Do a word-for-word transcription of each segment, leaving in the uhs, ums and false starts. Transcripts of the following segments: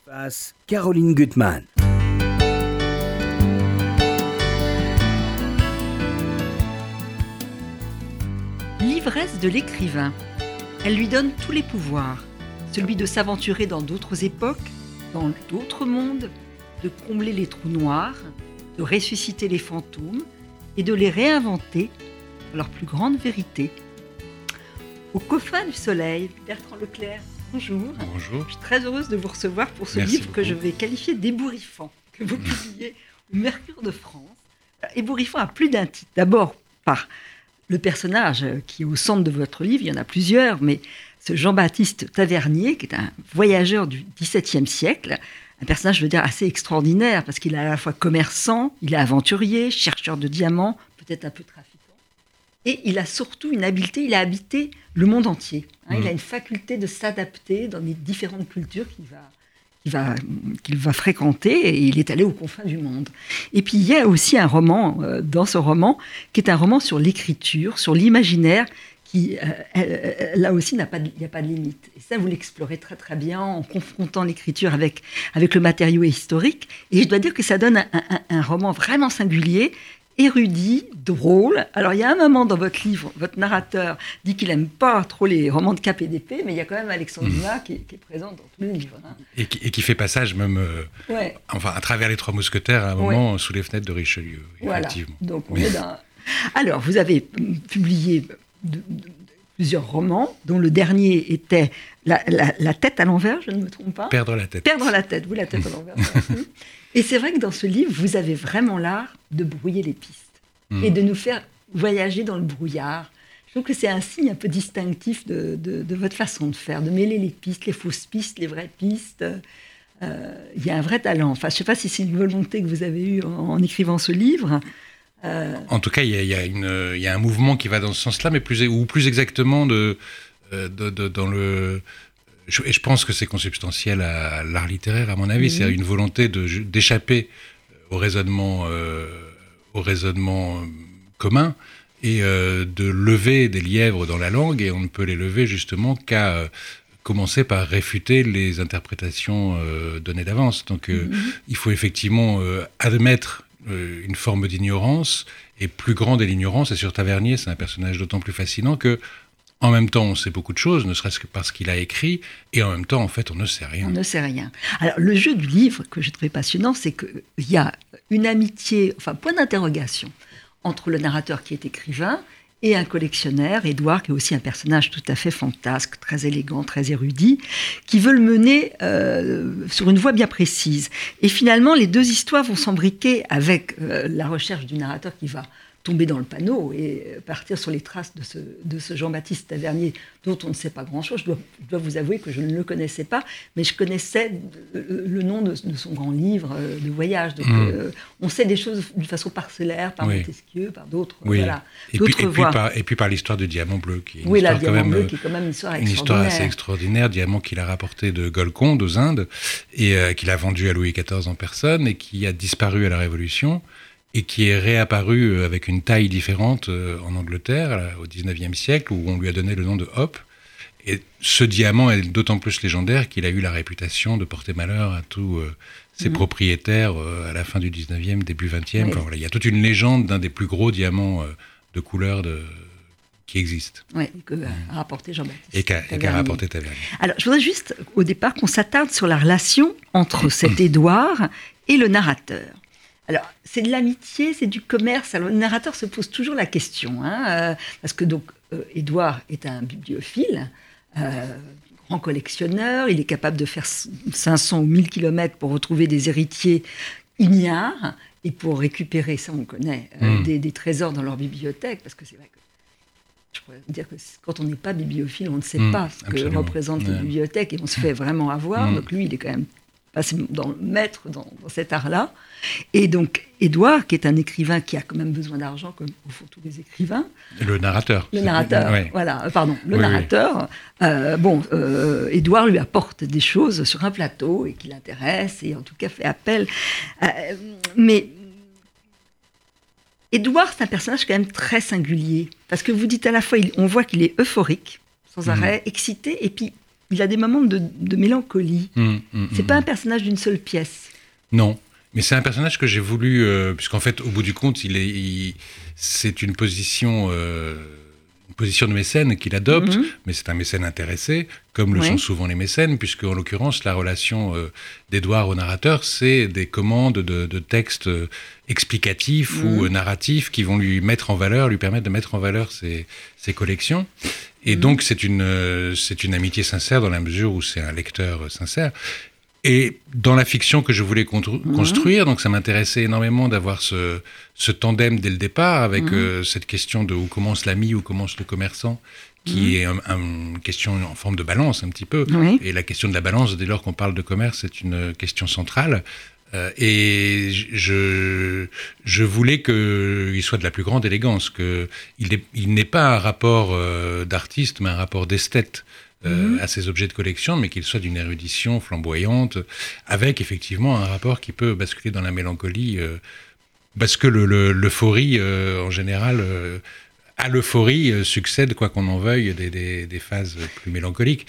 Passe Caroline Gutmann. L'ivresse de l'écrivain. Elle lui donne tous les pouvoirs. Celui de s'aventurer dans d'autres époques, dans d'autres mondes, de combler les trous noirs, de ressusciter les fantômes et de les réinventer dans leur plus grande vérité. Au Coffin du Soleil, Bertrand Leclerc, bonjour. Bonjour. Je suis très heureuse de vous recevoir pour ce Merci livre beaucoup. que je vais qualifier d'ébouriffant, que vous publiez au Mercure de France. Ébouriffant à plus d'un titre. D'abord par le personnage qui est au centre de votre livre, il y en a plusieurs, mais ce Jean-Baptiste Tavernier, qui est un voyageur du dix-septième siècle, un personnage, je veux dire, assez extraordinaire, parce qu'il est à la fois commerçant, il est aventurier, chercheur de diamants, peut-être un peu trafiquant, et il a surtout une habileté, il a habité le monde entier. Hein, mmh. Il a une faculté de s'adapter dans les différentes cultures qu'il va, qu'il va, qu'il va fréquenter, et il est allé aux confins du monde. Et puis il y a aussi un roman, euh, dans ce roman, qui est un roman sur l'écriture, sur l'imaginaire, qui, euh, elle, là aussi, n'a pas de, il n'y a pas de limite. Et ça, vous l'explorez très très bien en confrontant l'écriture avec, avec le matériau historique. Et je dois dire que ça donne un, un, un roman vraiment singulier, érudit, drôle. Alors, il y a un moment dans votre livre, votre narrateur dit qu'il n'aime pas trop les romans de cap et d'épée, mais il y a quand même Alexandre Dumas mmh. qui, qui est présent dans tout le livre. Hein. Et, qui, et qui fait passage même, euh, ouais. enfin, à travers les Trois Mousquetaires, à un moment, ouais. sous les fenêtres de Richelieu, voilà. effectivement. Donc, on oui. est dans... Alors, vous avez publié de, de, de, plusieurs romans, dont le dernier était la, la, la tête à l'envers, je ne me trompe pas. Perdre la tête. Perdre la tête, oui, la tête à l'envers. Et c'est vrai que dans ce livre, vous avez vraiment l'art de brouiller les pistes mmh. et de nous faire voyager dans le brouillard. Je trouve que c'est un signe un peu distinctif de, de, de votre façon de faire, de mêler les pistes, les fausses pistes, les vraies pistes. Euh, il y a un vrai talent. Enfin, je ne sais pas si c'est une volonté que vous avez eue en, en écrivant ce livre. Euh... En tout cas, il y, y, y a un mouvement qui va dans ce sens-là, mais plus, ou plus exactement de, de, de, dans le... Je, et je pense que c'est consubstantiel à l'art littéraire, à mon avis. Mmh. C'est une volonté de, d'échapper au raisonnement, euh, au raisonnement commun et euh, de lever des lièvres dans la langue. Et on ne peut les lever justement qu'à euh, commencer par réfuter les interprétations euh, données d'avance. Donc, euh, mmh. il faut effectivement euh, admettre euh, une forme d'ignorance, et plus grande est l'ignorance. Et sur Tavernier, c'est un personnage d'autant plus fascinant que en même temps, on sait beaucoup de choses, ne serait-ce que parce qu'il a écrit, et en même temps, en fait, on ne sait rien. On ne sait rien. Alors, le jeu du livre, que je trouvais passionnant, c'est qu'il y a une amitié, enfin, point d'interrogation, entre le narrateur qui est écrivain et un collectionneur, Édouard, qui est aussi un personnage tout à fait fantasque, très élégant, très érudit, qui veut le mener euh, sur une voie bien précise. Et finalement, les deux histoires vont s'embriquer avec euh, la recherche du narrateur qui va tomber dans le panneau et partir sur les traces de ce, de ce Jean-Baptiste Tavernier dont on ne sait pas grand-chose. Je dois, je dois vous avouer que je ne le connaissais pas, mais je connaissais le, le nom de, de son grand livre euh, de voyage. Donc, mmh. euh, on sait des choses d'une façon parcellaire, par oui. Montesquieu, par d'autres. Oui. Voilà, et, d'autres puis, et, puis par, et puis par l'histoire de Diamant Bleu, qui est une oui, histoire la Diamant quand même, Bleu, qui est quand même une histoire une extraordinaire. histoire assez extraordinaire. Diamant qu'il a rapporté de Golconde aux Indes et euh, qu'il a vendu à Louis quatorze en personne et qui a disparu à la Révolution. Et qui est réapparu avec une taille différente en Angleterre, au dix-neuvième siècle, où on lui a donné le nom de Hope. Et ce diamant est d'autant plus légendaire qu'il a eu la réputation de porter malheur à tous euh, ses mmh. propriétaires euh, à la fin du dix-neuvième, début vingtième. Oui. Enfin, voilà, il y a toute une légende d'un des plus gros diamants euh, de couleur de... qui existe. Oui, que mmh. a rapporté Jean-Baptiste. Et qu'a, et qu'a rapporté Tavernier. Alors, je voudrais juste, au départ, qu'on s'attarde sur la relation entre cet Édouard et le narrateur. Alors, c'est de l'amitié, c'est du commerce. Alors, le narrateur se pose toujours la question, hein, euh, parce que donc euh, Édouard est un bibliophile, euh, grand collectionneur. Il est capable de faire cinq cents ou mille kilomètres pour retrouver des héritiers ignares et pour récupérer, ça on connaît, euh, mmh. des, des trésors dans leur bibliothèque, parce que c'est vrai que je pourrais dire que quand on n'est pas bibliophile, on ne sait mmh, pas ce absolument. que représentent ouais. les bibliothèques et on se fait vraiment avoir. Mmh. Donc lui, il est quand même passé dans le maître dans, dans cet art-là. Et donc, Édouard, qui est un écrivain qui a quand même besoin d'argent, comme au fond tous les écrivains. Le narrateur. Le narrateur, oui. voilà, pardon, le oui, narrateur. Oui. Euh, bon, euh, Édouard lui apporte des choses sur un plateau et qui l'intéresse, et en tout cas fait appel. Euh, mais Édouard, c'est un personnage quand même très singulier, parce que vous dites à la fois, il, on voit qu'il est euphorique, sans arrêt, mmh. excité, et puis il a des moments de, de mélancolie. Mmh, mmh, c'est mmh. pas un personnage d'une seule pièce. Non, mais c'est un personnage que j'ai voulu, euh, puisqu'en fait, au bout du compte, il est, il, c'est une position, euh, une position de mécène qu'il adopte, mmh. mais c'est un mécène intéressé, comme le oui. sont souvent les mécènes, puisque en l'occurrence, la relation euh, d'Édouard au narrateur, c'est des commandes de, de textes euh, explicatifs mmh. ou euh, narratifs qui vont lui mettre en valeur, lui permettre de mettre en valeur ses, ses collections. Et mmh. donc, c'est une, euh, c'est une amitié sincère dans la mesure où c'est un lecteur euh, sincère. Et dans la fiction que je voulais constru- mmh. construire, donc ça m'intéressait énormément d'avoir ce, ce tandem dès le départ avec mmh. euh, cette question de où commence l'ami, où commence le commerçant, qui mmh. est un, un, une question en forme de balance un petit peu. Oui. Et la question de la balance, dès lors qu'on parle de commerce, c'est une question centrale. Euh, et je, je voulais qu'il soit de la plus grande élégance, qu'il il n'ait pas un rapport euh, d'artiste, mais un rapport d'esthète. Euh, mmh. à ces objets de collection, mais qu'il soit d'une érudition flamboyante, avec effectivement un rapport qui peut basculer dans la mélancolie, euh, parce que le, le, l'euphorie, euh, en général, euh, à l'euphorie euh, succède, quoi qu'on en veuille, des, des, des phases plus mélancoliques.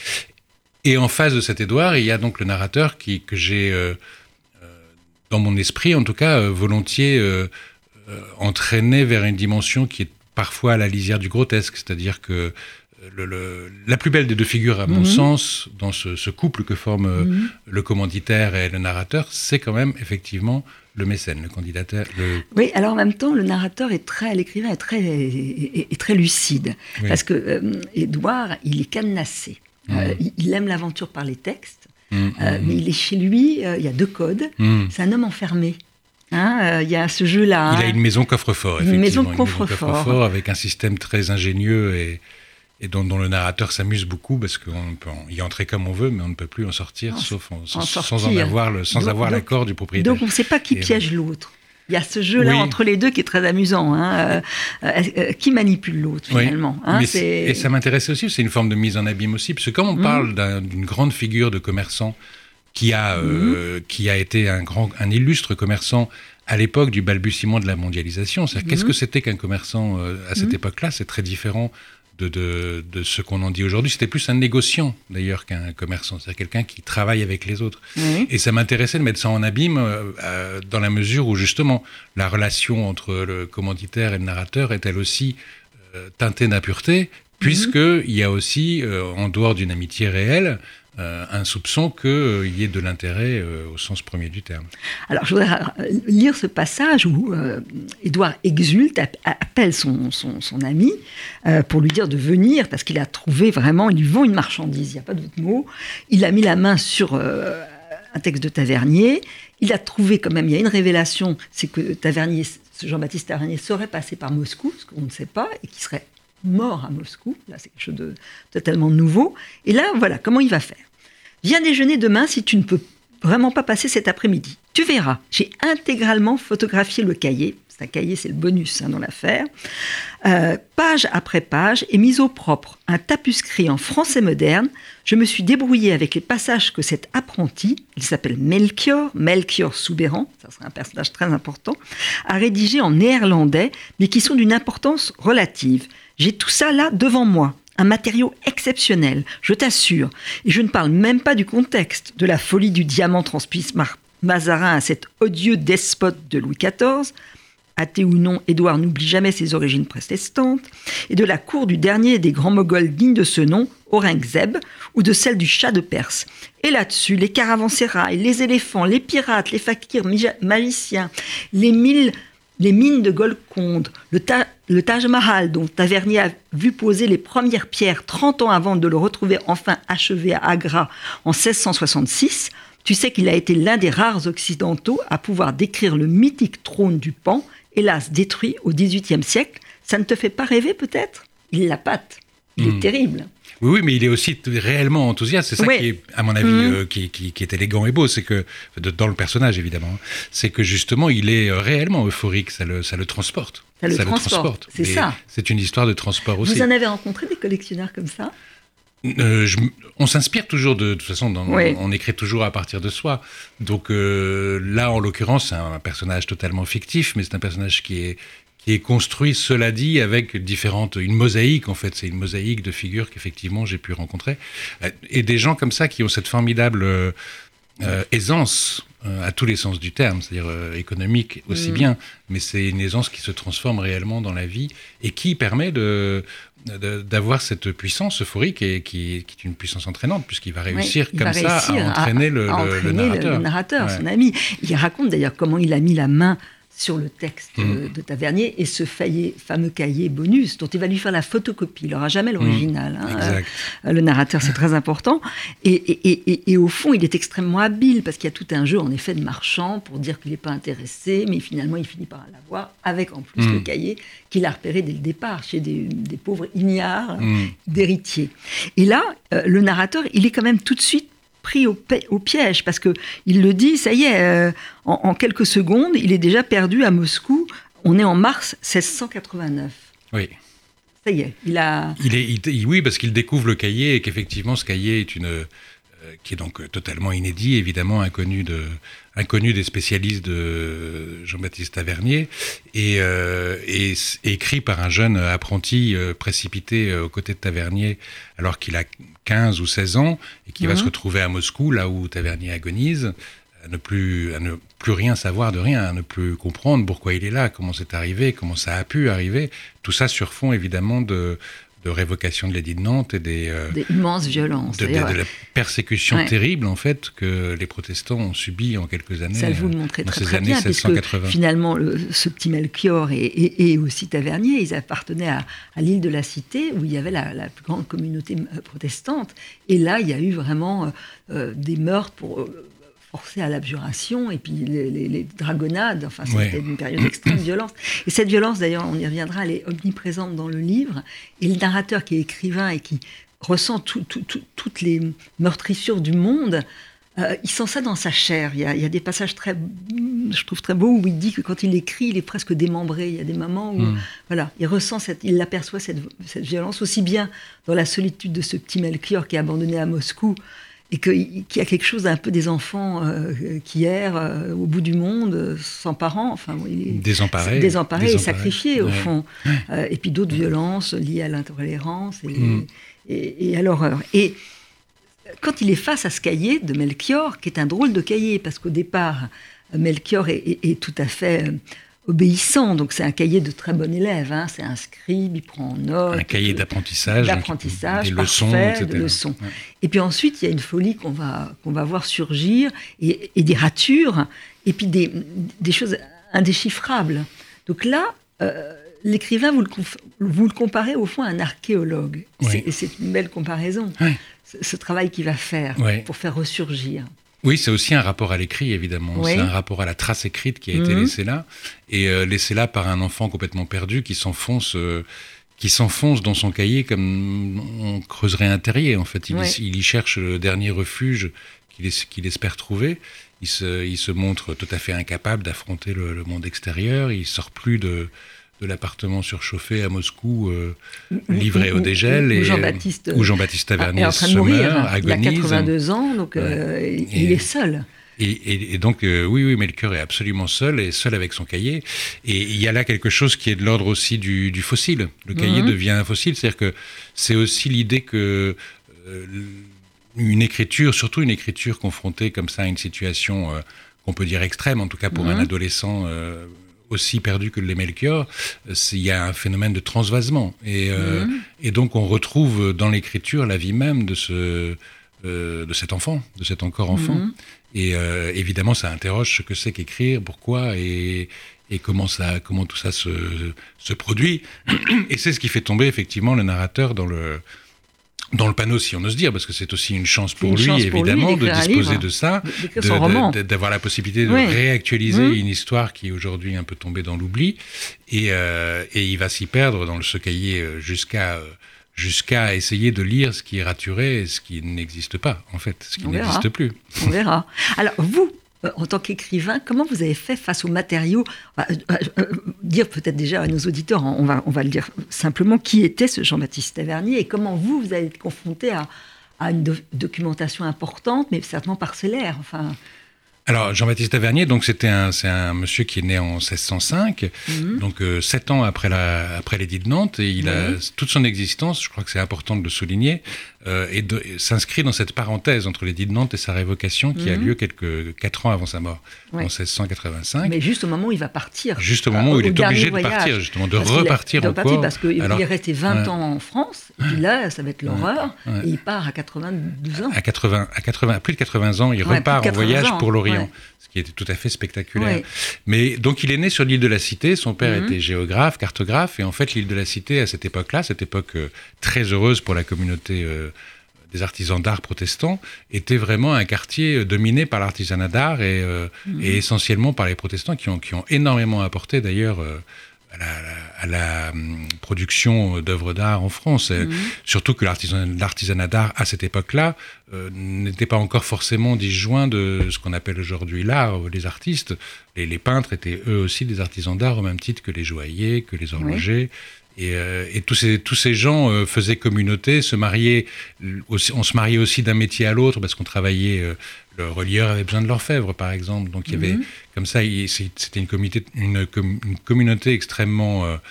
Et en face de cet Édouard, il y a donc le narrateur qui, que j'ai, euh, euh, dans mon esprit en tout cas, euh, volontiers euh, euh, entraîné vers une dimension qui est parfois à la lisière du grotesque, c'est-à-dire que Le, le, la plus belle des deux figures, à mon mmh. sens, dans ce, ce couple que forment mmh. le commanditaire et le narrateur, c'est quand même effectivement le mécène, le commanditaire. Le... Oui, alors en même temps, le narrateur est très, l'écrivain est très, est, est très lucide, oui. parce que euh, Édouard, il est cadenassé. Mmh. Euh, il, il aime l'aventure par les textes, mmh. euh, mais il est chez lui, euh, il y a deux codes. Mmh. C'est un homme enfermé. Il hein, euh, y a ce jeu-là. Il hein. a une maison coffre-fort, effectivement. Une maison coffre-fort. Une maison coffre-fort avec un système très ingénieux et... et dont, dont le narrateur s'amuse beaucoup parce qu'on peut y entrer comme on veut, mais on ne peut plus en sortir, en, sauf en, sans, en sans en avoir, le, sans donc, avoir donc, l'accord du propriétaire. Donc on ne sait pas qui et piège donc... l'autre. Il y a ce jeu-là oui. entre les deux qui est très amusant. Hein. Euh, euh, qui manipule l'autre, finalement oui. hein, mais c'est... Et ça m'intéressait aussi, c'est une forme de mise en abîme aussi, parce que comme on mmh. parle d'un, d'une grande figure de commerçant qui a, euh, mmh. qui a été un, grand, un illustre commerçant à l'époque du balbutiement de la mondialisation, c'est-à-dire mmh. qu'est-ce que c'était qu'un commerçant euh, à cette mmh. époque-là ? C'est très différent De, de, de ce qu'on en dit aujourd'hui. C'était plus un négociant, d'ailleurs, qu'un commerçant. C'est-à-dire quelqu'un qui travaille avec les autres. Oui. Et ça m'intéressait de mettre ça en abîme euh, dans la mesure où, justement, la relation entre le commanditaire et le narrateur est elle aussi euh, teintée d'impureté, puisqu'il mm-hmm. y a aussi, euh, en dehors d'une amitié réelle, Euh, un soupçon qu'il euh, y ait de l'intérêt euh, au sens premier du terme. Alors, je voudrais lire ce passage où euh, Édouard exulte, appelle son, son, son ami euh, pour lui dire de venir, parce qu'il a trouvé vraiment, il lui vend une marchandise, il n'y a pas d'autre mot. Il a mis la main sur euh, un texte de Tavernier. Il a trouvé quand même, il y a une révélation, c'est que Tavernier, Jean-Baptiste Tavernier serait passé par Moscou, ce qu'on ne sait pas, et qui serait mort à Moscou. Là, c'est quelque chose de totalement nouveau. Et là, voilà, comment il va faire ? Viens déjeuner demain si tu ne peux vraiment pas passer cet après-midi. Tu verras, j'ai intégralement photographié le cahier. C'est un cahier, c'est le bonus hein, dans l'affaire. Euh, page après page et mise au propre. Un tapuscrit en français moderne. Je me suis débrouillée avec les passages que cet apprenti, il s'appelle Melchior, Melchior Soubéran, ça serait un personnage très important, a rédigé en néerlandais, mais qui sont d'une importance relative. J'ai tout ça là devant moi, un matériau exceptionnel, je t'assure. Et je ne parle même pas du contexte, de la folie du diamant transmise par Mazarin à cet odieux despote de Louis quatorze. Athée ou non, Édouard n'oublie jamais ses origines protestantes. Et de la cour du dernier des grands moghols dignes de ce nom, Aurangzeb, ou de celle du Shah de Perse. Et là-dessus, les caravansérails, les éléphants, les pirates, les fakirs magiciens, les mille... les mines de Golconde, le, ta- le Taj Mahal, dont Tavernier a vu poser les premières pierres trente ans avant de le retrouver enfin achevé à Agra en seize cent soixante-six, tu sais qu'il a été l'un des rares occidentaux à pouvoir décrire le mythique trône du Pan, hélas détruit au dix-huitième siècle. Ça ne te fait pas rêver peut-être ? Il la pâte, il mmh. est terrible. Oui, oui, mais il est aussi réellement enthousiaste. C'est ça oui. qui est, à mon avis, mmh. euh, qui, qui, qui est élégant et beau. C'est que, dans le personnage, évidemment, c'est que justement, il est réellement euphorique. Ça le, ça le transporte. Ça le ça transporte, le transporte. C'est et ça. C'est une histoire de transport aussi. Vous en avez rencontré des collectionneurs comme ça ? Euh, je, on s'inspire toujours de, de toute façon, dans, oui. on, on écrit toujours à partir de soi. Donc euh, là, en l'occurrence, c'est un personnage totalement fictif, mais c'est un personnage qui est qui est construit, cela dit, avec différentes, une mosaïque en fait, c'est une mosaïque de figures qu'effectivement j'ai pu rencontrer, et des gens comme ça qui ont cette formidable euh, euh, aisance euh, à tous les sens du terme, c'est-à-dire euh, économique aussi mmh. bien, mais c'est une aisance qui se transforme réellement dans la vie et qui permet de, de d'avoir cette puissance euphorique et qui, qui est une puissance entraînante puisqu'il va réussir oui, comme va ça réussir à entraîner, à, le, à entraîner le, le narrateur, le, le narrateur ouais. son ami. Il raconte d'ailleurs comment il a mis la main sur le texte mmh. de Tavernier et ce faillé, fameux cahier bonus dont il va lui faire la photocopie. Il n'aura jamais l'original. Mmh. Hein. Euh, le narrateur, c'est très important. Et, et, et, et au fond, il est extrêmement habile parce qu'il y a tout un jeu, en effet, de marchand pour dire qu'il n'est pas intéressé, mais finalement, il finit par l'avoir avec, en plus, mmh. le cahier qu'il a repéré dès le départ chez des, des pauvres ignares mmh. d'héritiers. Et là, euh, le narrateur, il est quand même tout de suite pris au, pa- au piège, parce qu'il le dit, ça y est, euh, en, en quelques secondes, il est déjà perdu à Moscou. On est en mars seize cent quatre-vingt-neuf. Oui. Ça y est, il a... Il est, il, oui, parce qu'il découvre le cahier, et qu'effectivement, ce cahier est une... Euh, qui est donc totalement inédit, évidemment inconnu, de, inconnu des spécialistes de Jean-Baptiste Tavernier, et, euh, et, et écrit par un jeune apprenti euh, précipité euh, aux côtés de Tavernier, alors qu'il a quinze ou seize ans, et qui mmh. va se retrouver à Moscou, là où Tavernier agonise, à ne plus, à ne plus rien savoir de rien, à ne plus comprendre pourquoi il est là, comment c'est arrivé, comment ça a pu arriver, tout ça sur fond, évidemment, de... de révocation de l'édit de Nantes et des... Euh, des immenses violences. De, de, de la persécution ouais. terrible, en fait, que les protestants ont subi en quelques années. Ça vous le montrez très, très années bien, parce que finalement, le, ce petit Melchior et, et, et aussi Tavernier, ils appartenaient à, à l'île de la Cité, où il y avait la, la plus grande communauté protestante. Et là, il y a eu vraiment euh, des meurtres pour... Euh, forcés à l'abjuration, et puis les, les, les dragonnades, enfin c'était ouais. une période d'extrême violence. Et cette violence, d'ailleurs, on y reviendra, elle est omniprésente dans le livre, et le narrateur qui est écrivain et qui ressent tout, tout, tout, toutes les meurtrissures du monde, euh, il sent ça dans sa chair. Il y, a, il y a des passages très, je trouve très beaux, où il dit que quand il écrit, il est presque démembré. Il y a des moments où, mm. voilà, il ressent, cette, il aperçoit cette, cette violence, aussi bien dans la solitude de ce petit Melchior qui est abandonné à Moscou, et qu'il y a quelque chose d'un peu des enfants euh, qui errent euh, au bout du monde, euh, sans parents, enfin, il est désemparé, désemparé, désemparé et sacrifié, ouais. au fond. Ouais. Euh, et puis d'autres violences liées à l'intolérance et, mm. et, et à l'horreur. Et quand il est face à ce cahier de Melchior, qui est un drôle de cahier, parce qu'au départ, Melchior est, est, est tout à fait... Euh, obéissant, donc c'est un cahier de très bon élève, hein. C'est un scribe, il prend en note. Un cahier d'apprentissage, d'apprentissage, des parfait, leçons, et cetera. Des leçons. Ouais. Et puis ensuite, il y a une folie qu'on va, qu'on va voir surgir, et, et des ratures, et puis des, des choses indéchiffrables. Donc là, euh, l'écrivain, vous le, vous le comparez au fond à un archéologue. Oui. C'est, et c'est une belle comparaison, oui. ce, ce travail qu'il va faire oui. pour faire ressurgir. Oui, c'est aussi un rapport à l'écrit, évidemment. Oui. C'est un rapport à la trace écrite qui a été mmh. laissée là, et euh, laissée là par un enfant complètement perdu qui s'enfonce, euh, qui s'enfonce dans son cahier comme on creuserait un terrier, en fait. Il, oui. y, il y cherche le dernier refuge qu'il, es, qu'il espère trouver. Il se, il se montre tout à fait incapable d'affronter le, le monde extérieur. Il sort plus de... de l'appartement surchauffé à Moscou, euh, livré au dégel, où, où, et, Jean-Baptiste, où Jean-Baptiste Tavernier est en train de mourir, meurt, hein. agonise. Il a quatre-vingt-deux ans, donc ouais. euh, et, il est seul. Et, et, et donc, euh, oui, oui, Melchior est absolument seul, et seul avec son cahier. Et il y a là quelque chose qui est de l'ordre aussi du, du fossile. Le cahier mm-hmm. devient un fossile, c'est-à-dire que c'est aussi l'idée que euh, une écriture, surtout une écriture confrontée comme ça à une situation euh, qu'on peut dire extrême, en tout cas pour mm-hmm. un adolescent euh, aussi perdu que les Melchior, il y a un phénomène de transvasement. Et, euh, mmh. et donc, on retrouve dans l'écriture la vie même de, ce, euh, de cet enfant, de cet encore enfant. Mmh. Et euh, évidemment, ça interroge ce que c'est qu'écrire, pourquoi, et, et comment, ça, comment tout ça se, se produit. Et c'est ce qui fait tomber, effectivement, le narrateur dans le... dans le panneau, si on ose dire, parce que c'est aussi une chance pour lui, chance évidemment, pour lui de disposer de ça, de, de, de, d'avoir la possibilité de oui. réactualiser mmh. une histoire qui est aujourd'hui un peu tombée dans l'oubli, et, euh, et il va s'y perdre dans ce cahier jusqu'à, jusqu'à essayer de lire ce qui est raturé et ce qui n'existe pas, en fait, ce qui on n'existe verra. plus. On verra. Alors, vous, en tant qu'écrivain, comment vous avez fait face aux matériaux ? euh, euh, euh, Dire peut-être déjà à nos auditeurs, on va, on va le dire simplement, qui était ce Jean-Baptiste Tavernier et comment vous, vous avez été confronté à, à une do- documentation importante, mais certainement parcellaire. Enfin... Alors, Jean-Baptiste Tavernier, donc, c'était un, c'est un monsieur qui est né en seize cent cinq, mmh. donc euh, sept ans après, la, après l'édit de Nantes, et il mmh. a toute son existence, je crois que c'est important de le souligner, euh, et, de, et s'inscrit dans cette parenthèse entre l'édit de Nantes et sa révocation qui mmh. a lieu quelques quatre ans avant sa mort, ouais. en seize cent quatre-vingt-cinq. Mais juste au moment où il va partir. Juste au moment où il est obligé de partir, justement, de parce repartir encore. Partir parce qu'il alors... est resté vingt ouais. ans en France, et puis là, ça va être l'horreur, ouais. Ouais. et il part à quatre-vingt-douze ans. À, quatre-vingts, à, quatre-vingts, à plus de quatre-vingts ans, il ouais, repart en voyage ans. pour l'Orient. Ouais. Ce qui était tout à fait spectaculaire. Oui. Mais donc, il est né sur l'île de la Cité. Son père mmh. était géographe, cartographe. Et en fait, l'île de la Cité, à cette époque-là, cette époque euh, très heureuse pour la communauté euh, des artisans d'art protestants, était vraiment un quartier euh, dominé par l'artisanat d'art et, euh, mmh. et essentiellement par les protestants qui ont, qui ont énormément apporté, d'ailleurs, euh, à la, à la um, production d'œuvres d'art en France. Mmh. Surtout que l'artisanat, l'artisanat d'art, à cette époque-là, euh, n'était pas encore forcément disjoint de ce qu'on appelle aujourd'hui l'art, les artistes. Les, les peintres étaient eux aussi des artisans d'art, au même titre que les joailliers, que les horlogers. Oui. Et, euh, et tous ces, tous ces gens euh, faisaient communauté, se mariaient, aussi, on se mariait aussi d'un métier à l'autre parce qu'on travaillait... Euh, le relieur avait besoin de l'orfèvre, par exemple. Donc, il y avait, mmh. comme ça, il, c'était une, comité, une, une communauté extrêmement euh,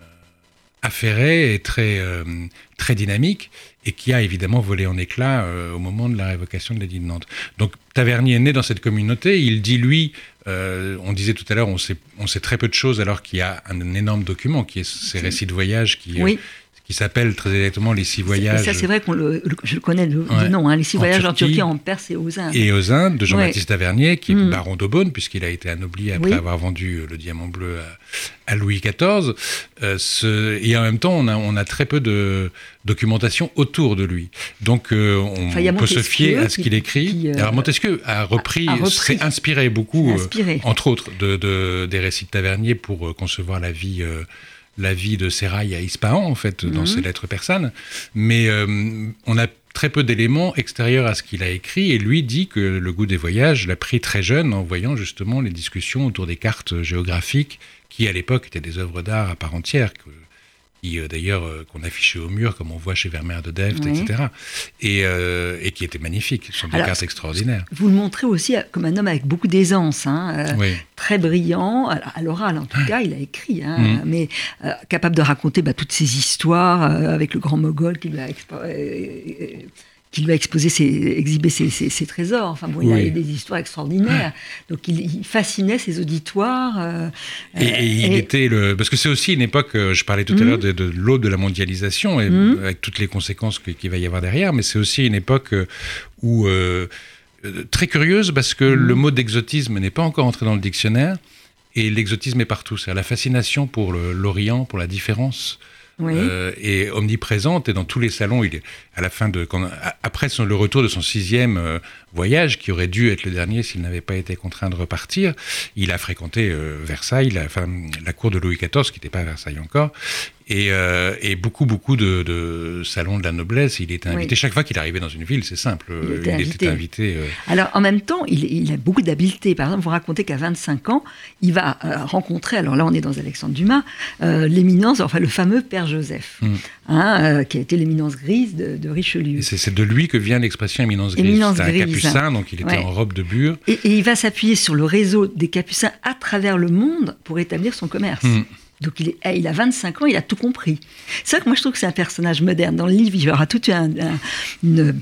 affairée et très, euh, très dynamique, et qui a évidemment volé en éclats euh, au moment de la révocation de l'édit de Nantes. Donc, Tavernier est né dans cette communauté. Il dit, lui, euh, on disait tout à l'heure, on sait, on sait très peu de choses, alors qu'il y a un, un énorme document, qui est ces récits de voyage qui... Oui. Euh, qui s'appelle très exactement Les Six Voyages. Ça, c'est vrai qu'on le, je le connais le, ouais. nom, hein, Les Six en Voyages Turquie, en Turquie, en Perse et aux Indes. Et aux Indes, de Jean-Baptiste ouais. Tavernier, qui est mmh. baron d'Aubonne, puisqu'il a été anobli après oui. avoir vendu le diamant bleu à, à Louis quatorze. Euh, ce, et en même temps, on a, on a très peu de documentation autour de lui. Donc, euh, on enfin, peut se fier à ce qu'il écrit. Qui, euh, Alors, Montesquieu a repris, a, a repris. s'est inspiré beaucoup, inspiré. Euh, entre autres, de, de, des récits de Tavernier pour euh, concevoir la vie... Euh, la vie de Sérail à Ispahan, en fait, dans mmh. ses lettres persanes. Mais euh, on a très peu d'éléments extérieurs à ce qu'il a écrit, et lui dit que le goût des voyages l'a pris très jeune en voyant justement les discussions autour des cartes géographiques, qui à l'époque étaient des œuvres d'art à part entière, que, qui euh, d'ailleurs euh, qu'on affichait au mur, comme on voit chez Vermeer de Delft, oui. et cetera. Et, euh, et qui étaient magnifiques, ce sont des Alors, cartes extraordinaires. Vous le montrez aussi comme un homme avec beaucoup d'aisance, hein, euh, oui. très brillant, à l'oral en tout cas, il a écrit, hein, mmh. mais euh, capable de raconter bah, toutes ces histoires euh, avec le grand Mogol qui lui a expo- euh, qui lui a exposé ses, exhibé ses, ses, ses trésors. Enfin bon, il oui. avait des histoires extraordinaires. Donc il, il fascinait ses auditoires. Euh, et, et il et... était le, parce que c'est aussi une époque. Je parlais tout mmh. à l'heure de, de l'aube de la mondialisation, et mmh. avec toutes les conséquences que, qu'il va y avoir derrière. Mais c'est aussi une époque où euh, très curieuse, parce que mmh. le mot d'exotisme n'est pas encore entré dans le dictionnaire, et l'exotisme est partout. C'est la fascination pour le, l'Orient, pour la différence. Oui. Euh, est omniprésente, et dans tous les salons, il est à la fin de, quand, après son, le retour de son sixième euh, voyage, qui aurait dû être le dernier s'il n'avait pas été contraint de repartir, il a fréquenté euh, Versailles, la, enfin, la cour de Louis quatorze, qui n'était pas à Versailles encore, et, euh, et beaucoup, beaucoup de, de salons de la noblesse. Il était invité. Oui. Chaque fois qu'il arrivait dans une ville, c'est simple, il était il invité. Était invité euh... Alors, en même temps, il, il a beaucoup d'habileté. Par exemple, vous racontez qu'à vingt-cinq ans, il va euh, rencontrer, alors là, on est dans Alexandre Dumas, euh, l'éminence, enfin le fameux Père Joseph, mm. hein, euh, qui a été l'éminence grise de, de Richelieu. Et c'est, c'est de lui que vient l'expression éminence grise. Éminence c'est grise. Un capucin, donc il était ouais. en robe de bure. Et, et il va s'appuyer sur le réseau des capucins à travers le monde pour établir son commerce. Mm. Donc il, est, il a vingt-cinq ans, il a tout compris. C'est vrai que moi je trouve que c'est un personnage moderne. Dans le livre, il y aura toute un, un, une,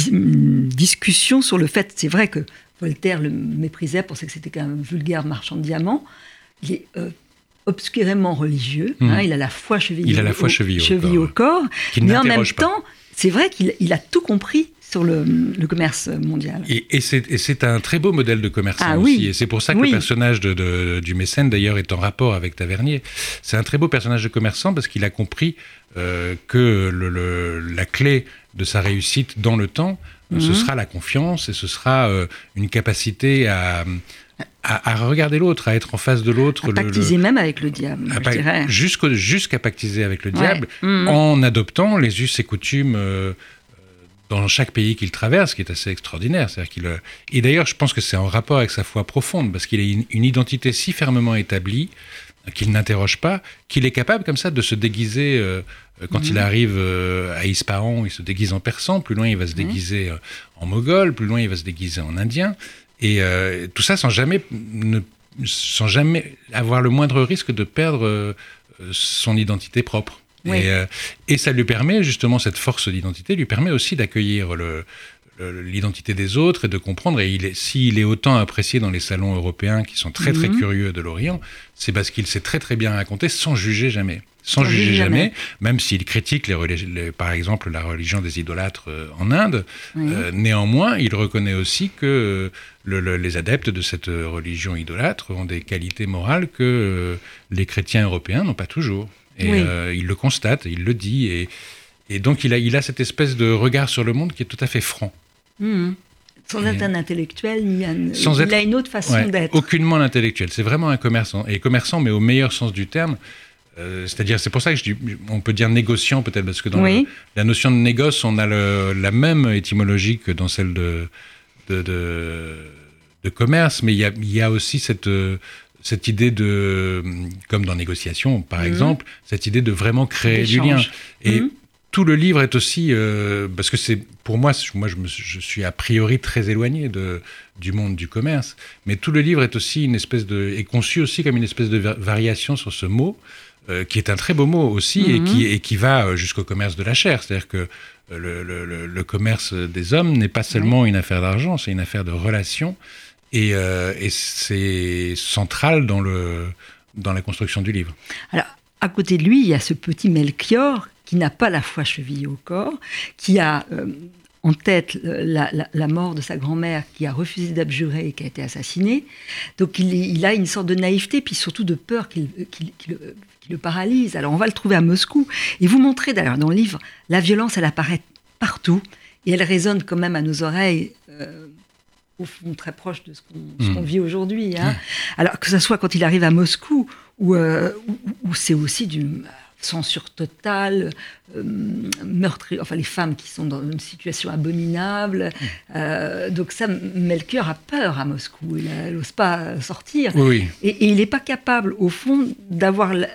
une discussion sur le fait, c'est vrai que Voltaire le méprisait, pensait que c'était qu'un vulgaire marchand de diamants. Il est euh, obscurément religieux, mmh. hein, il a la foi chevillée, il a la foi chevillée, au, chevillée au corps, qu'il mais en même pas. temps, c'est vrai qu'il il a tout compris sur le, le commerce mondial. Et, et, c'est, et c'est un très beau modèle de commerçant ah, aussi. Oui. Et c'est pour ça que oui. le personnage de, de, du mécène, d'ailleurs, est en rapport avec Tavernier. C'est un très beau personnage de commerçant parce qu'il a compris euh, que le, le, la clé de sa réussite dans le temps, mmh. ce sera la confiance, et ce sera euh, une capacité à... À, à regarder l'autre, à être en face de l'autre. À pactiser le, même avec le diable, je pa- dirais. Jusqu'à pactiser avec le ouais. diable, mmh. en adoptant les us et coutumes euh, dans chaque pays qu'il traverse, qui est assez extraordinaire. C'est-à-dire qu'il, et d'ailleurs, je pense que c'est en rapport avec sa foi profonde, parce qu'il a une, une identité si fermement établie qu'il n'interroge pas, qu'il est capable comme ça de se déguiser. Euh, quand mmh. il arrive euh, à Ispahan, il se déguise en persan. Plus loin, il va se déguiser euh, en moghol. Plus loin, il va se déguiser en indien. Et euh, tout ça sans jamais, ne, sans jamais avoir le moindre risque de perdre euh, son identité propre. Oui. Et, euh, et ça lui permet, justement, cette force d'identité lui permet aussi d'accueillir le, le, l'identité des autres et de comprendre. Et il est, s'il est autant apprécié dans les salons européens qui sont très, très mmh. curieux de l'Orient, c'est parce qu'il sait très, très bien raconter sans juger jamais. Sans, sans juger jamais, jamais, même s'il critique, les religi- les, par exemple, la religion des idolâtres euh, en Inde. Oui. Euh, néanmoins, il reconnaît aussi que euh, le, le, les adeptes de cette religion idolâtre ont des qualités morales que euh, les chrétiens européens n'ont pas toujours. Et oui. euh, il le constate, il le dit, et, et donc il a, il a cette espèce de regard sur le monde qui est tout à fait franc. Mmh. Sans et être un intellectuel, il, a une, il être, a une autre façon ouais, d'être. Aucunement l'intellectuel, c'est vraiment un commerçant, et commerçant, mais au meilleur sens du terme. Euh, c'est-à-dire, c'est pour ça que je dis, on peut dire négociant peut-être, parce que dans oui. le, la notion de négoce, on a le, la même étymologie que dans celle de, de, de, de commerce, mais il y a, il y a aussi cette... cette idée de, comme dans négociation par mmh. exemple, cette idée de vraiment créer D'échange. du lien. Et mmh. tout le livre est aussi, euh, parce que c'est, pour moi, moi je, me, je suis a priori très éloigné de, du monde du commerce, mais tout le livre est aussi une espèce de, est conçu aussi comme une espèce de variation sur ce mot, euh, qui est un très beau mot aussi, mmh. et, qui, et qui va jusqu'au commerce de la chair. C'est-à-dire que le, le, le, le commerce des hommes n'est pas seulement oui. une affaire d'argent, c'est une affaire de relations. Et, euh, et c'est central dans, le, dans la construction du livre. Alors, à côté de lui, il y a ce petit Melchior qui n'a pas la foi chevillée au corps, qui a euh, en tête la, la, la mort de sa grand-mère, qui a refusé d'abjurer et qui a été assassinée. Donc, il, il a une sorte de naïveté, puis surtout de peur qui, qui, qui, le, qui le paralyse. Alors, on va le trouver à Moscou. Et vous montrez d'ailleurs dans le livre, la violence, elle apparaît partout, et elle résonne quand même à nos oreilles... Euh, au fond très proche de ce qu'on, ce qu'on mmh. vit aujourd'hui. Hein. Mmh. Alors que ce soit quand il arrive à Moscou, où, euh, où, où c'est aussi d'une censure totale, euh, meurtrier, enfin les femmes qui sont dans une situation abominable. Mmh. Euh, donc ça, Melchior a peur à Moscou, il n'ose pas sortir. Oui. Et, et il n'est pas capable, au fond, d'avoir... La,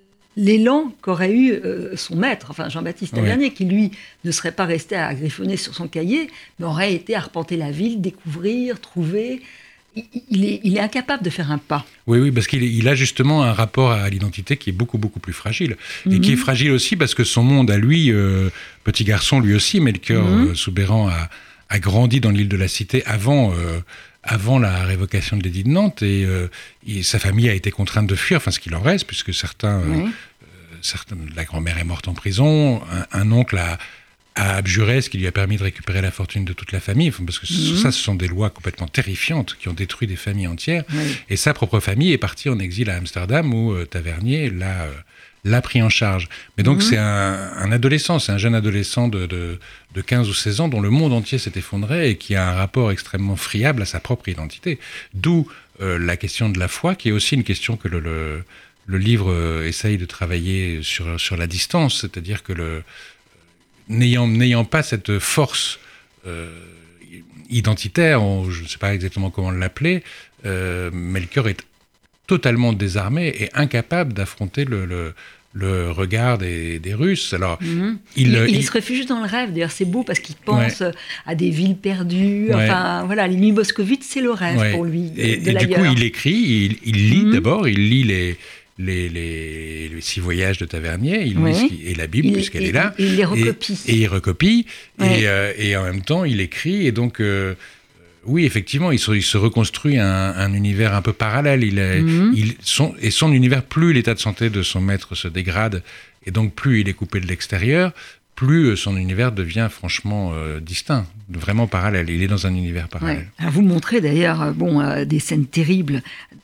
l'élan qu'aurait eu euh, son maître, enfin Jean-Baptiste Tavernier, oui. qui lui ne serait pas resté à griffonner sur son cahier, mais aurait été à arpenter la ville, découvrir, trouver. Il, il, est, il est incapable de faire un pas. Oui, oui, parce qu'il est, il a justement un rapport à l'identité qui est beaucoup, beaucoup plus fragile. Mm-hmm. Et qui est fragile aussi parce que son monde à lui, euh, petit garçon lui aussi, Melchior mm-hmm. euh, Soubeyran a, a grandi dans l'île de la Cité avant... Euh, avant la révocation de l'édit de Nantes, et, euh, et sa famille a été contrainte de fuir, enfin ce qu'il en reste, puisque certains, oui. euh, certains, la grand-mère est morte en prison, un, un oncle a, a abjuré, ce qui lui a permis de récupérer la fortune de toute la famille, enfin, parce que mmh. ça, ce sont des lois complètement terrifiantes qui ont détruit des familles entières, oui. et sa propre famille est partie en exil à Amsterdam, où euh, Tavernier l'a... Euh, l'a pris en charge. Mais donc, mmh. c'est un, un adolescent, c'est un jeune adolescent de, de, de quinze ou seize ans dont le monde entier s'est effondré et qui a un rapport extrêmement friable à sa propre identité. D'où euh, la question de la foi, qui est aussi une question que le, le, le livre euh, essaye de travailler sur, sur la distance, c'est-à-dire que le, n'ayant, n'ayant pas cette force euh, identitaire, on, je ne sais pas exactement comment l'appeler, euh, Melchior est totalement désarmé et incapable d'affronter le, le, le regard des, des Russes. Alors, mmh. il, il, il, il se réfugie dans le rêve. D'ailleurs, c'est beau parce qu'il pense ouais. à des villes perdues. Ouais. Enfin, voilà, les nuits moscovites, c'est le rêve ouais. pour lui. De, et de et du coup, il écrit, il, il lit mmh. d'abord, il lit les... Les, les, les six voyages de Tavernier, il oui. lit, et la Bible, il, puisqu'elle et, est là. Et il les recopie. Et, et il recopie, oui. et, euh, et en même temps, il écrit, et donc... Euh, oui, effectivement, il se, il se reconstruit un, un univers un peu parallèle. Il est, mmh. il, son, et son univers, plus l'état de santé de son maître se dégrade, et donc plus il est coupé de l'extérieur, plus son univers devient franchement euh, distinct, vraiment parallèle. Il est dans un univers parallèle. Ouais. Alors vous montrez d'ailleurs bon, euh, des scènes terribles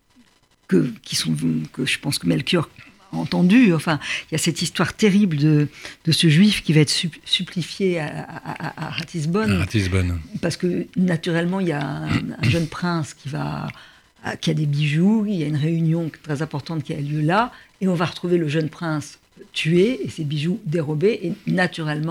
que, qui sont, que je pense que Melchior entendu. Enfin, il y a cette histoire terrible de, de ce juif qui va être sup, supplifié à, à, à Ratisbonne. À Ratisbonne. Parce que, naturellement, il y a un, un jeune prince qui, va, qui a des bijoux, il y a une réunion très importante qui a lieu là, et on va retrouver le jeune prince tué et ses bijoux dérobés, et naturellement,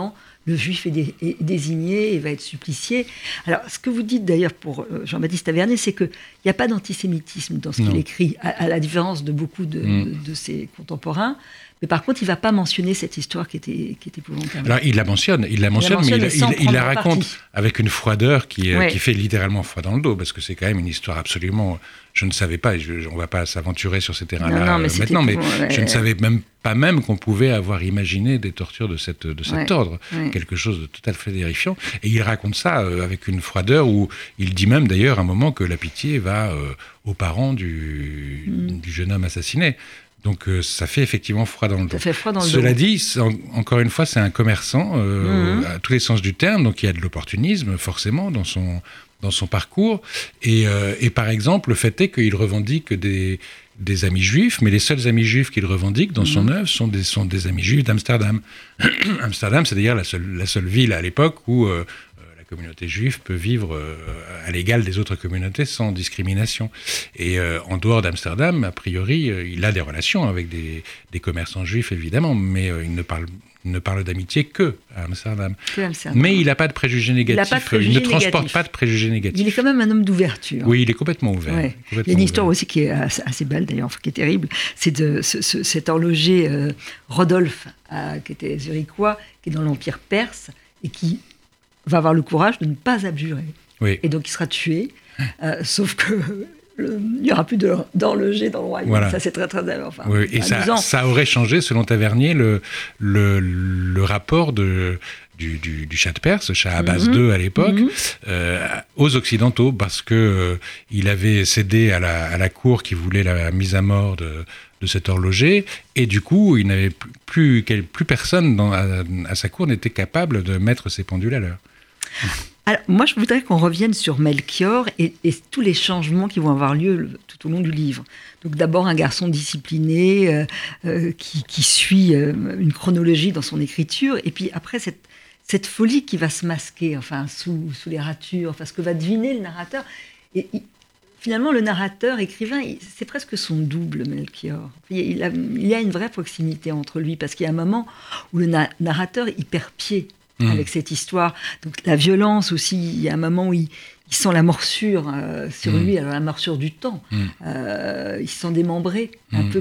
le juif est, dé, est désigné et va être supplicié. Alors, ce que vous dites d'ailleurs pour Jean-Baptiste Tavernier, c'est qu'il n'y a pas d'antisémitisme dans ce non. qu'il écrit, à, à la différence de beaucoup de, mm. de, de ses contemporains. Mais par contre, il ne va pas mentionner cette histoire qui était, qui était épouvantable. Alors, il la mentionne, il la mentionne, il la mentionne mais il, il, il la raconte partie. Avec une froideur qui, ouais. qui fait littéralement froid dans le dos, parce que c'est quand même une histoire absolument... Je ne savais pas, et je, on ne va pas s'aventurer sur ces terrains-là non, non, mais maintenant, mais ouais. je ne savais même pas même qu'on pouvait avoir imaginé des tortures de, cette, de cet ouais. ordre. Ouais. Quelque chose de tout à fait terrifiant. Et il raconte ça euh, avec une froideur où il dit même d'ailleurs à un moment que la pitié va euh, aux parents du, mm. du jeune homme assassiné. Donc euh, ça fait effectivement froid dans le dos. Ça fait froid dans le Cela dos. dit, en, encore une fois, c'est un commerçant euh, mmh. à tous les sens du terme, donc il y a de l'opportunisme forcément dans son, dans son parcours. Et, euh, et par exemple, le fait est qu'il revendique des, des amis juifs, mais les seuls amis juifs qu'il revendique dans mmh. son œuvre sont des, sont des amis juifs d'Amsterdam. Amsterdam, c'est d'ailleurs la seule, la seule ville à l'époque où... Euh, la communauté juive peut vivre euh, à l'égal des autres communautés sans discrimination. Et euh, en dehors d'Amsterdam, a priori, euh, il a des relations avec des, des commerçants juifs, évidemment, mais euh, il ne parle, il ne parle d'amitié que à Amsterdam. Que Amsterdam. Mais il n'a pas de préjugés négatifs. Il, de préjugés il ne négatifs. transporte pas de préjugés négatifs. Il est quand même un homme d'ouverture. Oui, il est complètement ouvert. Ouais. Complètement il y a une ouvert. histoire aussi qui est assez, assez belle, d'ailleurs, qui est terrible. C'est de ce, ce, cet horloger euh, Rodolphe, euh, qui était zurichois, qui est dans l'Empire perse, et qui va avoir le courage de ne pas abjurer. Oui. Et donc il sera tué, euh, sauf que le, il n'y aura plus de, d'horloger dans le royaume. Voilà. Ça, c'est très, très enfin, oui, et ça, ça aurait changé, selon Tavernier, le, le, le rapport de, du, du, du Shah de Perse, Shah Abbas mm-hmm. deux à l'époque, mm-hmm. euh, aux Occidentaux, parce qu'il euh, avait cédé à la, à la cour qui voulait la mise à mort de... de cet horloger, et du coup, il n'avait plus, plus, plus personne dans, à, à sa cour n'était capable de mettre ses pendules à l'heure. Alors, moi, je voudrais qu'on revienne sur Melchior et, et tous les changements qui vont avoir lieu tout au long du livre. Donc, d'abord, un garçon discipliné euh, euh, qui, qui suit euh, une chronologie dans son écriture, et puis après, cette, cette folie qui va se masquer, enfin, sous, sous les ratures, enfin, ce que va deviner le narrateur. Et, il, Finalement, le narrateur, écrivain, c'est presque son double, Melchior. Il, a, il y a une vraie proximité entre lui, parce qu'il y a un moment où le na- narrateur, il perd pied mmh. avec cette histoire. Donc la violence aussi, il y a un moment où il, il sent la morsure euh, sur mmh. lui, alors la morsure du temps. Mmh. Euh, il se sent démembré, mmh. un peu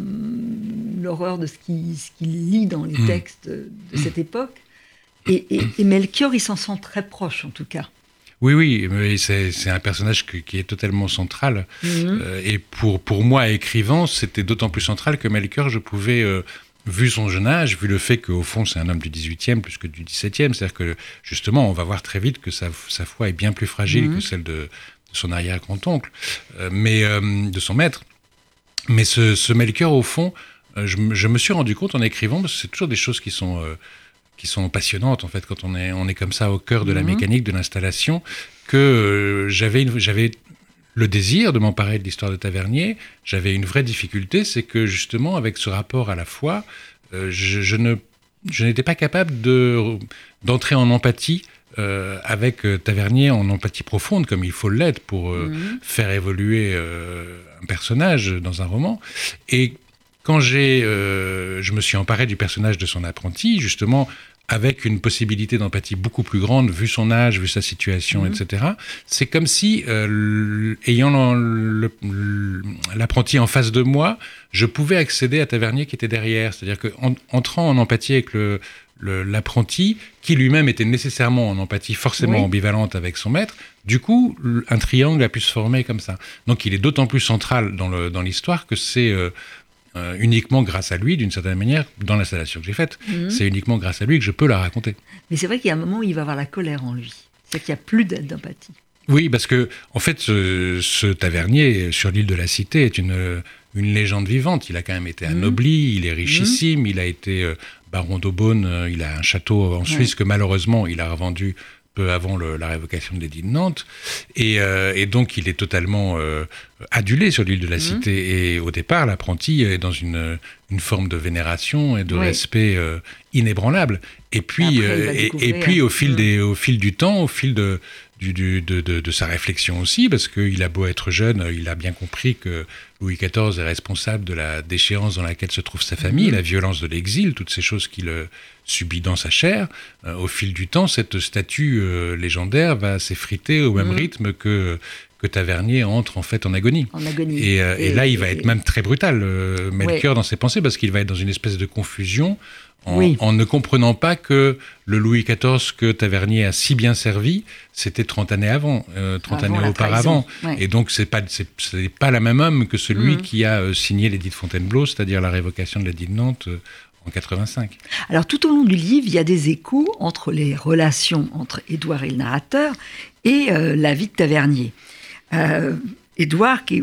comme l'horreur de ce qu'il, ce qu'il lit dans les mmh. textes de mmh. cette époque. Et, et, et Melchior, il s'en sent très proche, en tout cas. Oui, oui, mais c'est, c'est un personnage que, qui est totalement central. Mmh. Euh, et pour, pour moi, écrivant, c'était d'autant plus central que Melchior, je pouvais, euh, vu son jeune âge, vu le fait qu'au fond, c'est un homme du dix-huitième plus que du dix-septième, c'est-à-dire que, justement, on va voir très vite que sa, sa foi est bien plus fragile mmh. que celle de, de son arrière-grand-oncle, euh, mais euh, de son maître. Mais ce, ce Melchior, au fond, euh, je, je me suis rendu compte en écrivant, parce que c'est toujours des choses qui sont... Euh, qui sont passionnantes, en fait, quand on est, on est comme ça au cœur de la mmh. mécanique, de l'installation, que euh, j'avais, une, j'avais le désir de m'emparer de l'histoire de Tavernier, j'avais une vraie difficulté, c'est que, justement, avec ce rapport à la foi, euh, je, je, ne, je n'étais pas capable de, d'entrer en empathie euh, avec Tavernier, en empathie profonde, comme il faut l'être pour euh, mmh. faire évoluer euh, un personnage dans un roman. Et quand j'ai, euh, je me suis emparé du personnage de son apprenti, justement, avec une possibilité d'empathie beaucoup plus grande, vu son âge, vu sa situation, mmh. et cetera, c'est comme si, euh, ayant le, le, l'apprenti en face de moi, je pouvais accéder à Tavernier qui était derrière. C'est-à-dire qu'entrant en, en empathie avec le, le, l'apprenti, qui lui-même était nécessairement en empathie forcément oui. ambivalente avec son maître, du coup, un triangle a pu se former comme ça. Donc il est d'autant plus central dans, le, dans l'histoire que c'est... Euh, Euh, uniquement grâce à lui, d'une certaine manière, dans l'installation que j'ai faite, mmh. c'est uniquement grâce à lui que je peux la raconter. Mais c'est vrai qu'il y a un moment où il va avoir la colère en lui. C'est qu'il n'y a plus d'empathie. Oui, parce que, en fait, ce, ce Tavernier, sur l'île de la Cité, est une, une légende vivante. Il a quand même été anobli, mmh. il est richissime, mmh. il a été euh, baron d'Aubonne, euh, il a un château en Suisse ouais. que malheureusement, il a revendu peu avant le, la révocation de l'édit de Nantes, et, euh, et donc il est totalement euh, adulé sur l'île de la Cité, mmh. et au départ, l'apprenti est dans une, une forme de vénération et de oui. respect euh, inébranlable, et puis, Après, euh, et, et puis au, fil mmh. des, au fil du temps, au fil de, du, du, de, de, de sa réflexion aussi, parce qu'il a beau être jeune, il a bien compris que Louis quatorze est responsable de la déchéance dans laquelle se trouve sa famille, mmh. la violence de l'exil, toutes ces choses qu'il euh, subit dans sa chair. Euh, au fil du temps, cette statue euh, légendaire va s'effriter au même mmh. rythme que... que Tavernier entre en fait en agonie. En agonie. Et, euh, et, et là, il va et, être même très brutal, euh, Melchior, oui. dans ses pensées, parce qu'il va être dans une espèce de confusion en, oui. en ne comprenant pas que le Louis quatorze que Tavernier a si bien servi, c'était trente années avant, euh, trente avant années auparavant. Ouais. Et donc, c'est pas, c'est, c'est pas la même homme que celui mmh. qui a euh, signé l'édit de Fontainebleau, c'est-à-dire la révocation de l'édit de Nantes euh, en quatre-vingt-cinq. Alors, tout au long du livre, il y a des échos entre les relations entre Édouard et le narrateur et euh, la vie de Tavernier. Euh, Édouard, qui est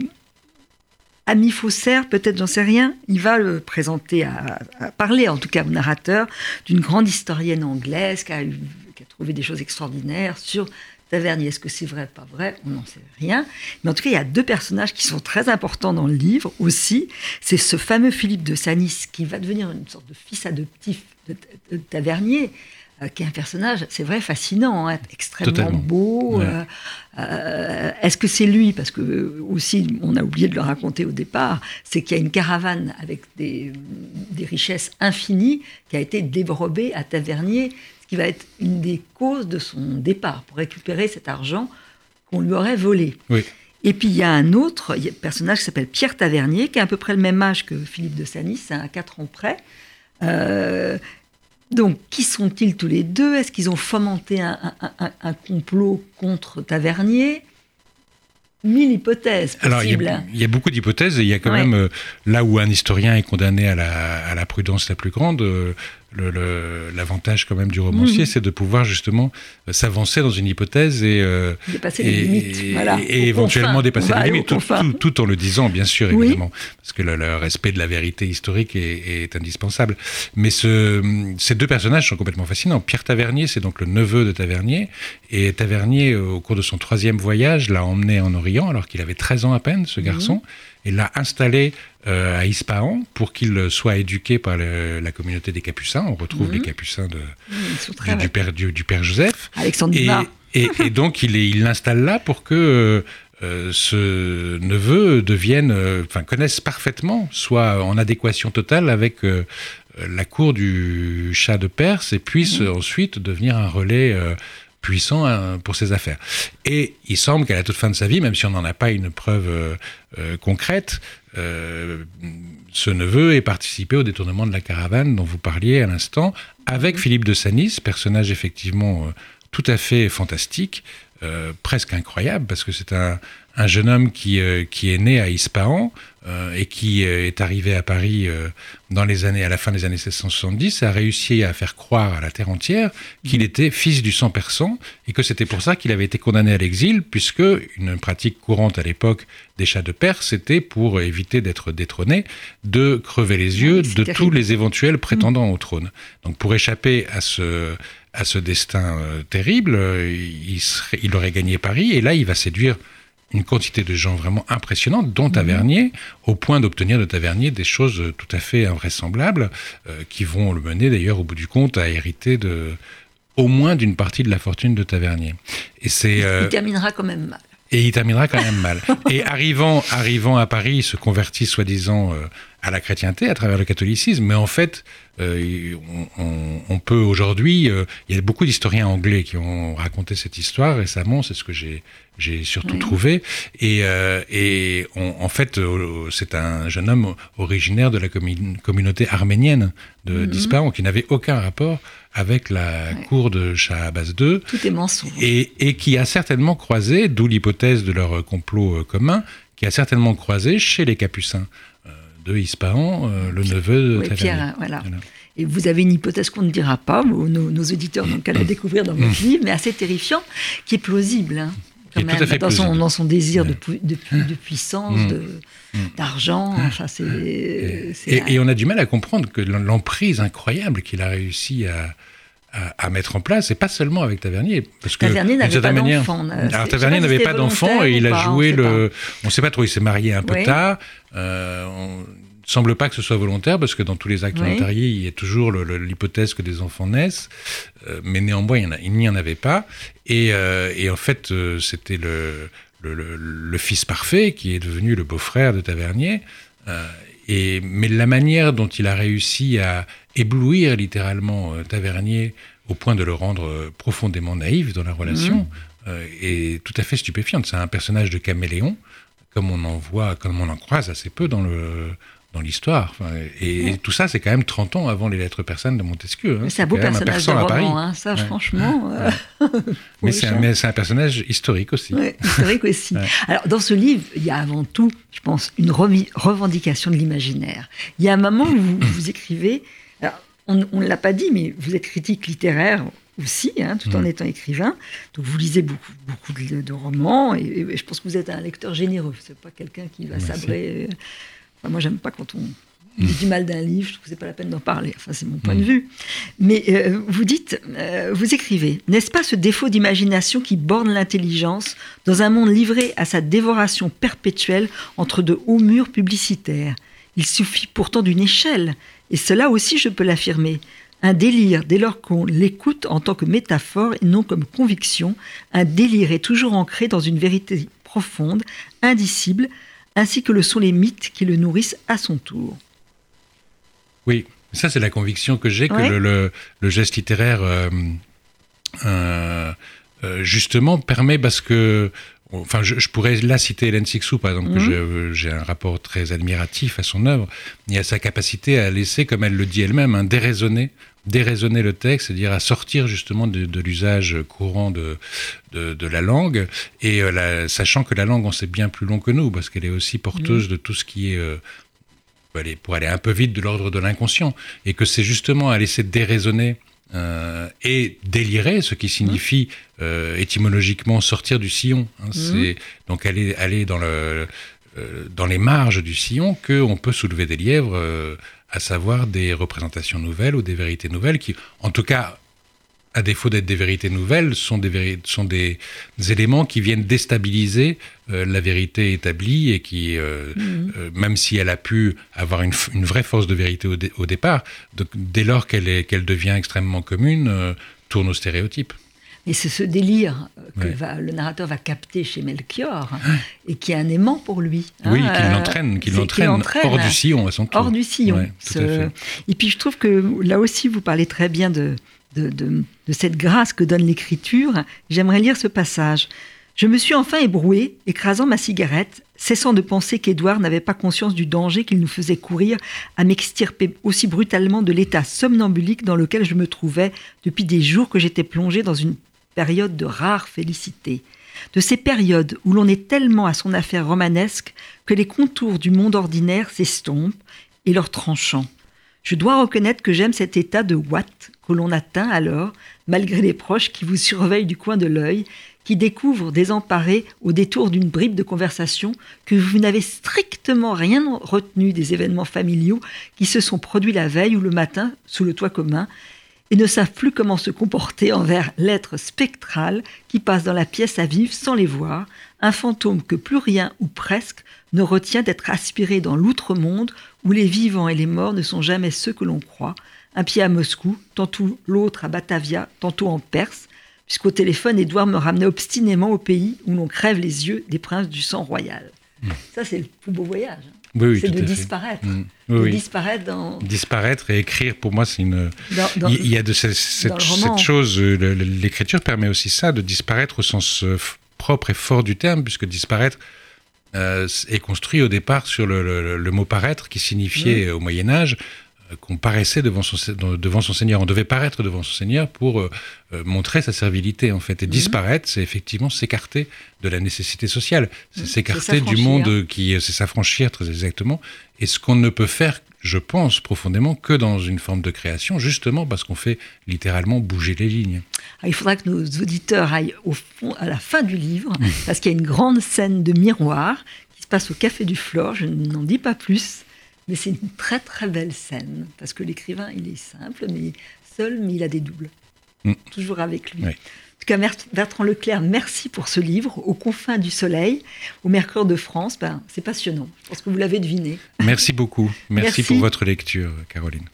ami faussaire, peut-être, j'en sais rien, il va le présenter, à, à parler en tout cas au narrateur, d'une grande historienne anglaise qui a, eu, qui a trouvé des choses extraordinaires sur Tavernier. Est-ce que c'est vrai, pas vrai? On n'en sait rien. Mais en tout cas, il y a deux personnages qui sont très importants dans le livre aussi. C'est ce fameux Philippe de Sanis qui va devenir une sorte de fils adoptif de, de Tavernier, Euh, qui est un personnage, c'est vrai, fascinant, hein, extrêmement Totalement. beau. Ouais. Euh, euh, est-ce que c'est lui? Parce que euh, aussi, on a oublié de le raconter au départ, c'est qu'il y a une caravane avec des, des richesses infinies qui a été dérobée à Tavernier, ce qui va être une des causes de son départ, pour récupérer cet argent qu'on lui aurait volé. Oui. Et puis il y a un autre il y a un personnage qui s'appelle Pierre Tavernier, qui a à peu près le même âge que Philippe de Sanis, à quatre ans près. Euh, Donc, qui sont-ils tous les deux? Est-ce qu'ils ont fomenté un, un, un, un complot contre Tavernier? Mille hypothèses possibles. Alors, il y, a, il y a beaucoup d'hypothèses, et il y a quand ouais. même, euh, là où un historien est condamné à la, à la prudence la plus grande, euh, le, le, l'avantage quand même du romancier, mmh. c'est de pouvoir justement euh, s'avancer dans une hypothèse et... Euh, dépasser et, les limites, et, voilà. Et éventuellement dépasser les limites, tout, tout, tout en le disant, bien sûr, évidemment, oui. parce que le, le respect de la vérité historique est, est indispensable. Mais ce, ces deux personnages sont complètement fascinants. Pierre Tavernier, c'est donc le neveu de Tavernier, et Tavernier, au cours de son troisième voyage, l'a emmené en Orient, alors qu'il avait treize ans à peine, ce garçon, mmh. et l'a installé euh, à Ispahan pour qu'il soit éduqué par le, la communauté des Capucins. On retrouve mmh. les Capucins de, mmh, du, du, père, du, du père Joseph. Alexandre et, Dumas. Et, et donc, il, est, il l'installe là pour que euh, ce neveu devienne, enfin, euh, connaisse parfaitement, soit en adéquation totale avec euh, la cour du Shah de Perse, et puisse mmh. ensuite devenir un relais euh, puissant hein, pour ses affaires. Et il semble qu'à la toute fin de sa vie, même si on n'en a pas une preuve euh, euh, concrète, euh, ce neveu ait participé au détournement de la caravane dont vous parliez à l'instant, avec mmh. Philippe de Sanis, personnage effectivement euh, tout à fait fantastique, euh, presque incroyable, parce que c'est un, un jeune homme qui, euh, qui est né à Ispahan euh, et qui euh, est arrivé à Paris euh, dans les années, à la fin des années seize cent soixante-dix, a réussi à faire croire à la terre entière qu'il mmh. était fils du sang persan et que c'était pour ça qu'il avait été condamné à l'exil, puisque une pratique courante à l'époque des Shahs de Perse, c'était pour éviter d'être détrôné, de crever les yeux oui, de terrible. tous les éventuels prétendants mmh. au trône. Donc pour échapper à ce... à ce destin euh, terrible, euh, il, serait, il aurait gagné Paris, et là, il va séduire une quantité de gens vraiment impressionnante, dont Tavernier, mmh. au point d'obtenir de Tavernier des choses tout à fait invraisemblables, euh, qui vont le mener, d'ailleurs, au bout du compte, à hériter de, au moins d'une partie de la fortune de Tavernier. Et c'est, euh, il terminera quand même mal. Et il terminera quand même mal. Et arrivant, arrivant à Paris, il se convertit, soi-disant, euh, à la chrétienté, à travers le catholicisme, mais en fait... Euh, on, on, on peut aujourd'hui, euh, il y a beaucoup d'historiens anglais qui ont raconté cette histoire récemment, c'est ce que j'ai, j'ai surtout oui. trouvé, et, euh, et on, en fait euh, c'est un jeune homme originaire de la commun- communauté arménienne de, mm-hmm. d'Ispahan, qui n'avait aucun rapport avec la ouais. cour de Shah Abbas deux. Tout est mensonge. Et, et qui a certainement croisé, d'où l'hypothèse de leur complot euh, commun, qui a certainement croisé chez les Capucins de Ispahan, euh, le Pierre, neveu de oui, Tavernier. Pierre, voilà. voilà. Et vous avez une hypothèse qu'on ne dira pas, nos, nos auditeurs n'ont qu'à la découvrir dans votre livre, mais assez terrifiant, qui est plausible, hein, quand même, tout à fait dans, son, dans son désir ouais. de, de, de puissance, mmh. de, d'argent. Enfin, c'est, et, c'est et, et on a du mal à comprendre que l'emprise incroyable qu'il a réussi à... À, à mettre en place, et pas seulement avec Tavernier. Parce que, Tavernier n'avait pas manière, d'enfant. Alors Tavernier n'avait pas d'enfant, et il a joué le... On ne sait pas trop, il s'est marié un peu oui. tard. Euh, on, ne semble pas que ce soit volontaire, parce que dans tous les actes Oui. notariés, il y a toujours le, le, l'hypothèse que des enfants naissent, euh, mais néanmoins, il, y en a, il n'y en avait pas. Et, euh, et en fait, euh, c'était le, le, le, le fils parfait qui est devenu le beau-frère de Tavernier. Euh, et, mais la manière dont il a réussi à éblouir littéralement euh, Tavernier au point de le rendre euh, profondément naïf dans la relation mmh. euh, est tout à fait stupéfiante. C'est un personnage de caméléon, comme on en voit, comme on en croise assez peu dans le dans l'histoire. Enfin, et, et tout ça, c'est quand même trente ans avant les Lettres persanes de Montesquieu. Hein. C'est un beau personnage de roman, hein, ça, ouais. franchement. Ouais. Euh... mais, c'est un, mais c'est un personnage historique aussi. Oui, historique aussi. Ouais. Alors, dans ce livre, il y a avant tout, je pense, une revi- revendication de l'imaginaire. Il y a un moment où vous, vous écrivez, alors, on ne l'a pas dit, mais vous êtes critique littéraire aussi, hein, tout en mmh. étant écrivain. Donc, vous lisez beaucoup, beaucoup de, de romans, et, et je pense que vous êtes un lecteur généreux. C'est pas quelqu'un qui va Merci. sabrer... Enfin, moi, j'aime pas quand on dit mmh. du mal d'un livre, je trouve que c'est pas la peine d'en parler. Enfin, c'est mon point mmh. de vue. Mais euh, vous dites, euh, vous écrivez, n'est-ce pas ce défaut d'imagination qui borne l'intelligence dans un monde livré à sa dévoration perpétuelle entre de hauts murs publicitaires? Il suffit pourtant d'une échelle, et cela aussi, je peux l'affirmer. Un délire, dès lors qu'on l'écoute en tant que métaphore et non comme conviction, un délire est toujours ancré dans une vérité profonde, indicible, ainsi que le sont les mythes qui le nourrissent à son tour. Oui, ça c'est la conviction que j'ai, que ouais. le, le, le geste littéraire, euh, euh, euh, justement, permet, parce que, enfin, je, je pourrais là citer Hélène Cixous, par exemple, mmh. que j'ai, j'ai un rapport très admiratif à son œuvre, et à sa capacité à laisser, comme elle le dit elle-même, hein, déraisonner, déraisonner le texte, c'est-à-dire à sortir justement de, de l'usage courant de, de, de la langue, et euh, la, sachant que la langue, on sait bien plus long que nous, parce qu'elle est aussi porteuse mmh. de tout ce qui est, euh, pour, aller, pour aller un peu vite, de l'ordre de l'inconscient, et que c'est justement à laisser déraisonner euh, et délirer, ce qui signifie euh, étymologiquement sortir du sillon. Hein, mmh. c'est, donc aller, aller dans, le, euh, dans les marges du sillon, qu'on peut soulever des lièvres, euh, à savoir des représentations nouvelles ou des vérités nouvelles qui, en tout cas, à défaut d'être des vérités nouvelles, sont des, véri- sont des, des éléments qui viennent déstabiliser euh, la vérité établie et qui, euh, mmh. euh, même si elle a pu avoir une, f- une vraie force de vérité au, dé- au départ, donc, dès lors qu'elle, est, qu'elle devient extrêmement commune, euh, tourne aux stéréotypes. Et c'est ce délire que ouais. va, le narrateur va capter chez Melchior, hein, et qui est un aimant pour lui. Hein, oui, qui l'entraîne, qui l'entraîne, qui l'entraîne hors du sillon à son tour. Hors du sillon. Ouais, tout ce... à fait. Et puis je trouve que là aussi, vous parlez très bien de, de, de, de cette grâce que donne l'écriture. J'aimerais lire ce passage. « Je me suis enfin ébroué, écrasant ma cigarette, cessant de penser qu'Édouard n'avait pas conscience du danger qu'il nous faisait courir à m'extirper aussi brutalement de l'état somnambulique dans lequel je me trouvais depuis des jours que j'étais plongé dans une période de rare félicité. De ces périodes où l'on est tellement à son affaire romanesque que les contours du monde ordinaire s'estompent et leur tranchant. Je dois reconnaître que j'aime cet état de ouate que l'on atteint alors, malgré les proches qui vous surveillent du coin de l'œil, qui découvrent désemparés au détour d'une bribe de conversation que vous n'avez strictement rien retenu des événements familiaux qui se sont produits la veille ou le matin sous le toit commun, et ne savent plus comment se comporter envers l'être spectral qui passe dans la pièce à vivre sans les voir, un fantôme que plus rien ou presque ne retient d'être aspiré dans l'outre-monde où les vivants et les morts ne sont jamais ceux que l'on croit, un pied à Moscou, tantôt l'autre à Batavia, tantôt en Perse, puisqu'au téléphone, Édouard me ramenait obstinément au pays où l'on crève les yeux des princes du sang royal. Mmh. Ça, c'est le plus beau voyage. Oui, oui, c'est de tout à disparaître. Mmh. De oui, oui. disparaître dans... Disparaître et écrire, pour moi, c'est une... Dans, dans, il y a de cette, cette, cette chose, l'écriture permet aussi ça, de disparaître au sens propre et fort du terme, puisque disparaître euh, est construit au départ sur le, le, le mot paraître, qui signifiait mmh. au Moyen-Âge qu'on paraissait devant son, devant son Seigneur. On devait paraître devant son Seigneur pour euh, montrer sa servilité, en fait. Et mmh. disparaître, c'est effectivement s'écarter de la nécessité sociale. C'est mmh. s'écarter c'est du monde qui... C'est s'affranchir, très exactement. Et ce qu'on ne peut faire, je pense, profondément, que dans une forme de création, justement parce qu'on fait littéralement bouger les lignes. Alors, il faudra que nos auditeurs aillent au fond, à la fin du livre, mmh. parce qu'il y a une grande scène de miroir qui se passe au Café du Flore. Je n'en dis pas plus. Mais c'est une très très belle scène, parce que l'écrivain, il est simple, mais seul, mais il a des doubles. Mmh. Toujours avec lui. Oui. tout cas, Bertrand Leclerc, merci pour ce livre, Aux confins du soleil, au Mercure de France. Ben, c'est passionnant. Je pense que vous l'avez deviné. Merci beaucoup. Merci, Merci pour votre lecture, Caroline.